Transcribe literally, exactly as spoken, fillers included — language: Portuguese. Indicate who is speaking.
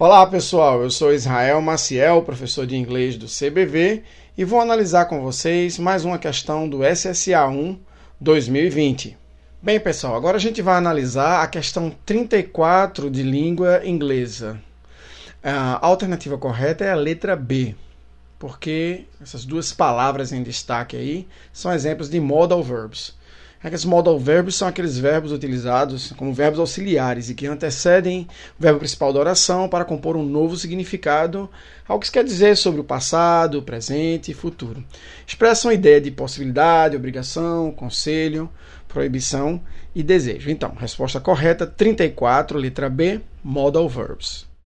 Speaker 1: Olá pessoal, eu sou Israel Maciel, professor de inglês do C B V e vou analisar com vocês mais uma questão do S S A um dois mil e vinte. Bem pessoal, agora a gente vai analisar a questão trinta e quatro de língua inglesa. A alternativa correta é a letra B, porque essas duas palavras em destaque aí são exemplos de modal verbs. Aqueles modal verbs são aqueles verbos utilizados como verbos auxiliares e que antecedem o verbo principal da oração para compor um novo significado, algo que se quer dizer sobre o passado, presente e futuro. Expressam a ideia de possibilidade, obrigação, conselho, proibição e desejo. Então, resposta correta, trinta e quatro, letra B, modal verbs.